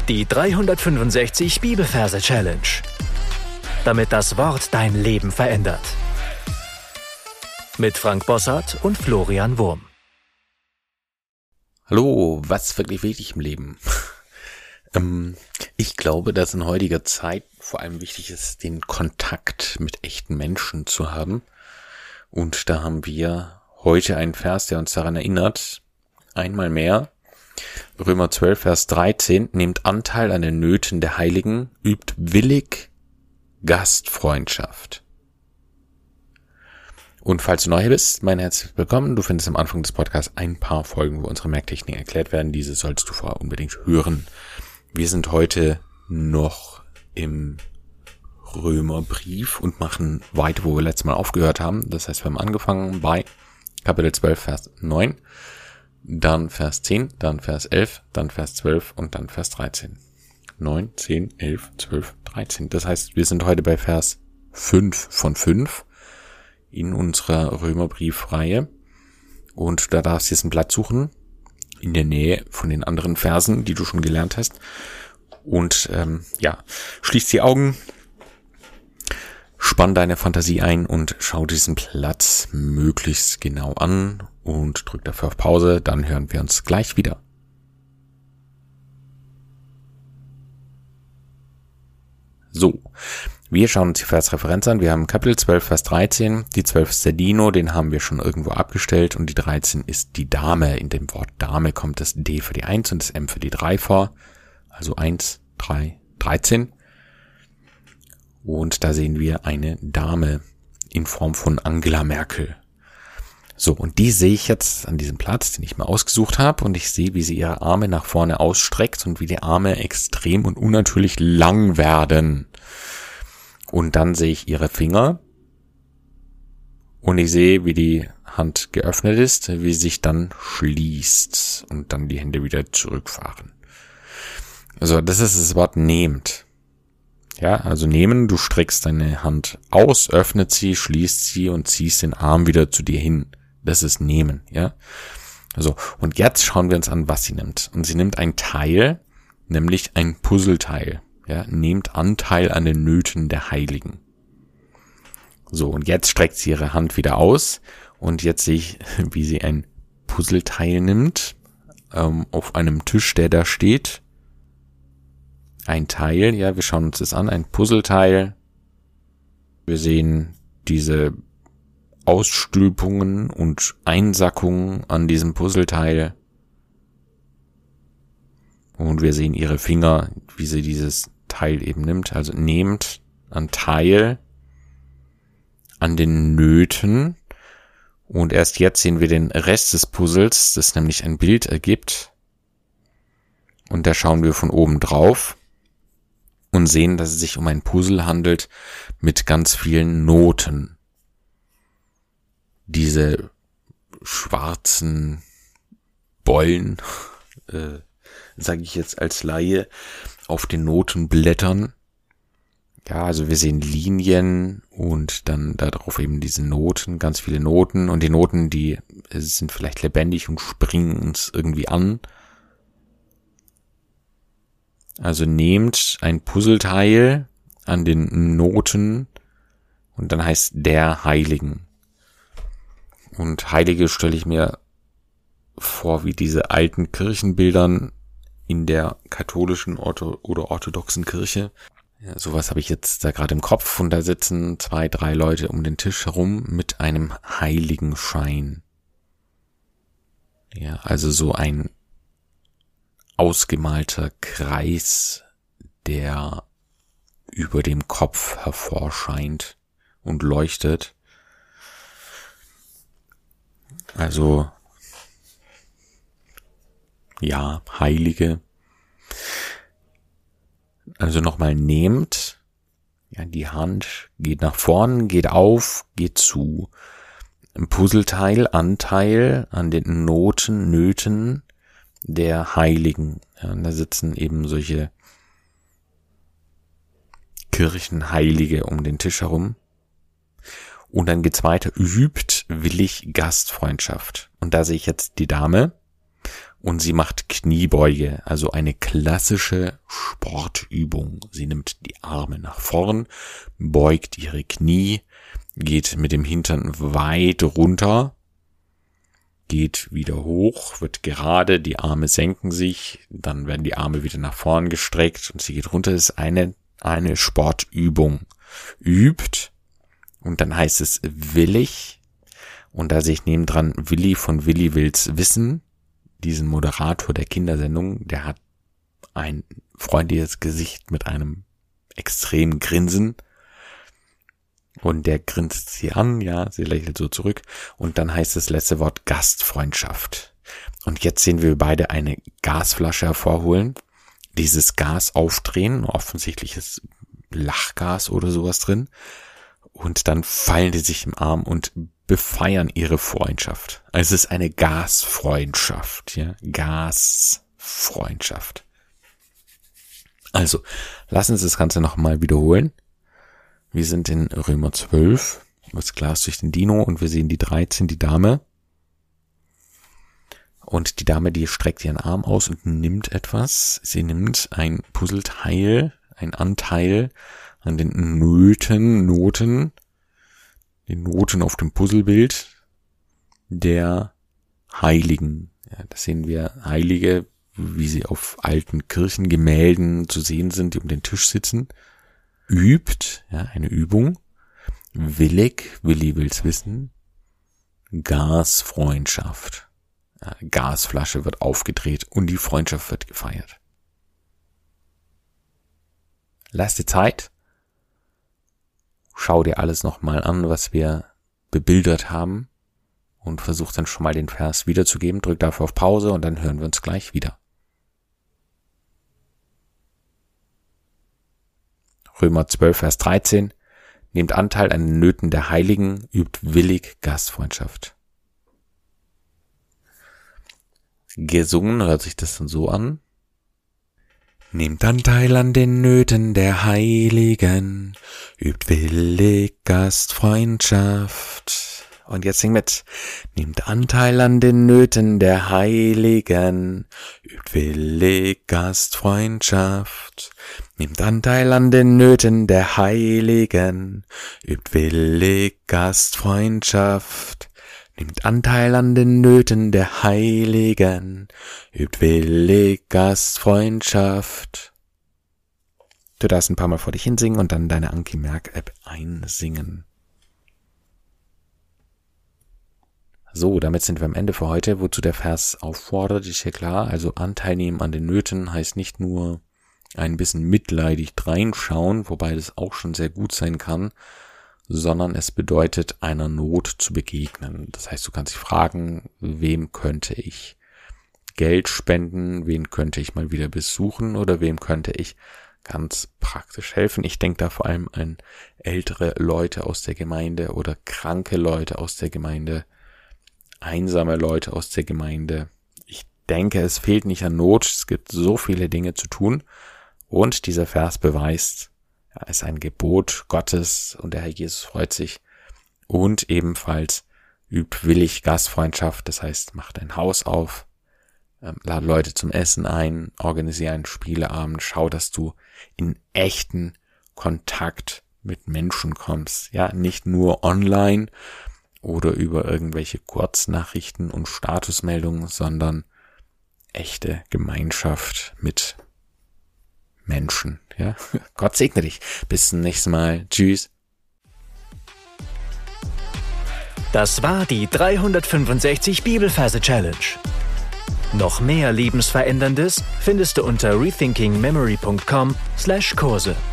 Die 365 Bibelverse Challenge. Damit das Wort dein Leben verändert. Mit Frank Bossart und Florian Wurm. Hallo, was ist wirklich wichtig im Leben? Ich glaube, dass in heutiger Zeit vor allem wichtig ist, den Kontakt mit echten Menschen zu haben. Und da haben wir heute einen Vers, der uns daran erinnert, einmal mehr. Römer 12, Vers 13, nehmt Anteil an den Nöten der Heiligen, übt willig Gastfreundschaft. Und falls du neu bist, mein herzlich willkommen. Du findest am Anfang des Podcasts ein paar Folgen, wo unsere Merktechniken erklärt werden. Diese solltest du vorher unbedingt hören. Wir sind heute noch im Römerbrief und machen weiter, wo wir letztes Mal aufgehört haben. Das heißt, wir haben angefangen bei Kapitel 12, Vers 9. Dann Vers 10, dann Vers 11, dann Vers 12 und dann Vers 13. 9, 10, 11, 12, 13. Das heißt, wir sind heute bei Vers 5 von 5 in unserer Römerbriefreihe. Und da darfst du jetzt ein Blatt suchen, in der Nähe von den anderen Versen, die du schon gelernt hast. Und schließ die Augen, spann deine Fantasie ein und schau diesen Platz möglichst genau an und drück dafür auf Pause, dann hören wir uns gleich wieder. So, wir schauen uns die Versreferenz an. Wir haben Kapitel 12, Vers 13. Die 12 ist der Dino, den haben wir schon irgendwo abgestellt. Und die 13 ist die Dame. In dem Wort Dame kommt das D für die 1 und das M für die 3 vor. Also 1, 3, 13. Und da sehen wir eine Dame in Form von Angela Merkel. So, und die sehe ich jetzt an diesem Platz, den ich mir ausgesucht habe. Und ich sehe, wie sie ihre Arme nach vorne ausstreckt und wie die Arme extrem und unnatürlich lang werden. Und dann sehe ich ihre Finger. Und ich sehe, wie die Hand geöffnet ist, wie sie sich dann schließt und dann die Hände wieder zurückfahren. Also, das ist das Wort nehmt. Ja, also nehmen, du streckst deine Hand aus, öffnet sie, schließt sie und ziehst den Arm wieder zu dir hin. Das ist nehmen, ja. Also, und jetzt schauen wir uns an, was sie nimmt. Und sie nimmt ein Teil, nämlich ein Puzzleteil. Ja, nehmt Anteil an den Nöten der Heiligen. So, und jetzt streckt sie ihre Hand wieder aus. Und jetzt sehe ich, wie sie ein Puzzleteil nimmt, auf einem Tisch, der da steht. Ein Teil, ja, wir schauen uns das an, ein Puzzleteil. Wir sehen diese Ausstülpungen und Einsackungen an diesem Puzzleteil. Und wir sehen ihre Finger, wie sie dieses Teil eben nimmt. Also nehmt an Teil an den Nöten. Und erst jetzt sehen wir den Rest des Puzzles, das nämlich ein Bild ergibt. Und da schauen wir von oben drauf und sehen, dass es sich um ein Puzzle handelt mit ganz vielen Noten. Diese schwarzen Bollen, sage ich jetzt als Laie, auf den Notenblättern. Ja, also wir sehen Linien und dann darauf eben diese Noten, ganz viele Noten. Und die Noten, die sind vielleicht lebendig und springen uns irgendwie an. Also nehmt ein Puzzleteil an den Noten und dann heißt der Heiligen. Und Heilige stelle ich mir vor wie diese alten Kirchenbildern in der katholischen oder orthodoxen Kirche. Ja, sowas habe ich jetzt da gerade im Kopf und da sitzen 2, 3 Leute um den Tisch herum mit einem Heiligenschein. Ja, also so ein ausgemalter Kreis, der über dem Kopf hervorscheint und leuchtet. Also, ja, Heilige. Also nochmal nehmt, ja, die Hand geht nach vorn, geht auf, geht zu. Ein Puzzleteil, Anteil an den Nöten der Heiligen. Ja, und da sitzen eben solche Kirchenheilige um den Tisch herum. Und dann geht's weiter, übt willig Gastfreundschaft. Und da sehe ich jetzt die Dame und sie macht Kniebeuge, also eine klassische Sportübung. Sie nimmt die Arme nach vorn, beugt ihre Knie, geht mit dem Hintern weit runter, geht wieder hoch, wird gerade, die Arme senken sich, dann werden die Arme wieder nach vorn gestreckt und sie geht runter. Das ist eine Sportübung. Übt und dann heißt es willig. Und da sehe ich nebendran Willi von Willi will's wissen, diesen Moderator der Kindersendung, der hat ein freundliches Gesicht mit einem extremen Grinsen. Und der grinst sie an, ja, sie lächelt so zurück. Und dann heißt das letzte Wort Gastfreundschaft. Und jetzt sehen wir beide eine Gasflasche hervorholen, dieses Gas aufdrehen, offensichtlich ist Lachgas oder sowas drin. Und dann fallen die sich im Arm und befeiern ihre Freundschaft. Also es ist eine Gasfreundschaft, ja, Gasfreundschaft. Also, lassen Sie das Ganze nochmal wiederholen. Wir sind in Römer 12, das Glas durch den Dino und wir sehen die 13, die Dame. Und die Dame, die streckt ihren Arm aus und nimmt etwas. Sie nimmt ein Puzzleteil, ein Anteil an den Noten auf dem Puzzlebild der Heiligen. Ja, das sehen wir Heilige, wie sie auf alten Kirchengemälden zu sehen sind, die um den Tisch sitzen. Übt, ja, eine Übung. Willig, Willi will's wissen. Gasfreundschaft. Ja, Gasflasche wird aufgedreht und die Freundschaft wird gefeiert. Lass dir Zeit. Schau dir alles nochmal an, was wir bebildert haben und versuch dann schon mal den Vers wiederzugeben. Drück dafür auf Pause und dann hören wir uns gleich wieder. Römer 12, Vers 13. Nehmt Anteil an den Nöten der Heiligen, übt willig Gastfreundschaft. Gesungen hört sich das dann so an. Nehmt Anteil an den Nöten der Heiligen, übt willig Gastfreundschaft. Und jetzt sing mit. Nehmt Anteil an den Nöten der Heiligen, übt willig Gastfreundschaft. Nehmt Anteil an den Nöten der Heiligen, übt willig Gastfreundschaft. Nehmt Anteil an den Nöten der Heiligen, übt willig Gastfreundschaft. Du darfst ein paar Mal vor dich hinsingen und dann deine Anki Merk-App einsingen. So, damit sind wir am Ende für heute. Wozu der Vers auffordert, ist ja klar. Also Anteil nehmen an den Nöten heißt nicht nur ein bisschen mitleidig reinschauen, wobei das auch schon sehr gut sein kann, sondern es bedeutet, einer Not zu begegnen. Das heißt, du kannst dich fragen, wem könnte ich Geld spenden, wen könnte ich mal wieder besuchen oder wem könnte ich ganz praktisch helfen. Ich denke da vor allem an ältere Leute aus der Gemeinde oder kranke Leute aus der Gemeinde, einsame Leute aus der Gemeinde. Ich denke, es fehlt nicht an Not, es gibt so viele Dinge zu tun und dieser Vers beweist, es ist ein Gebot Gottes und der Herr Jesus freut sich und ebenfalls übt willig Gastfreundschaft, das heißt, macht ein Haus auf, lade Leute zum Essen ein, organisiere einen Spieleabend, schau, dass du in echten Kontakt mit Menschen kommst, ja, nicht nur online oder über irgendwelche Kurznachrichten und Statusmeldungen, sondern echte Gemeinschaft mit Menschen, ja. Gott segne dich. Bis zum nächsten Mal. Tschüss. Das war die 365 Bibelverse Challenge. Noch mehr Lebensveränderndes findest du unter rethinkingmemory.com/Kurse.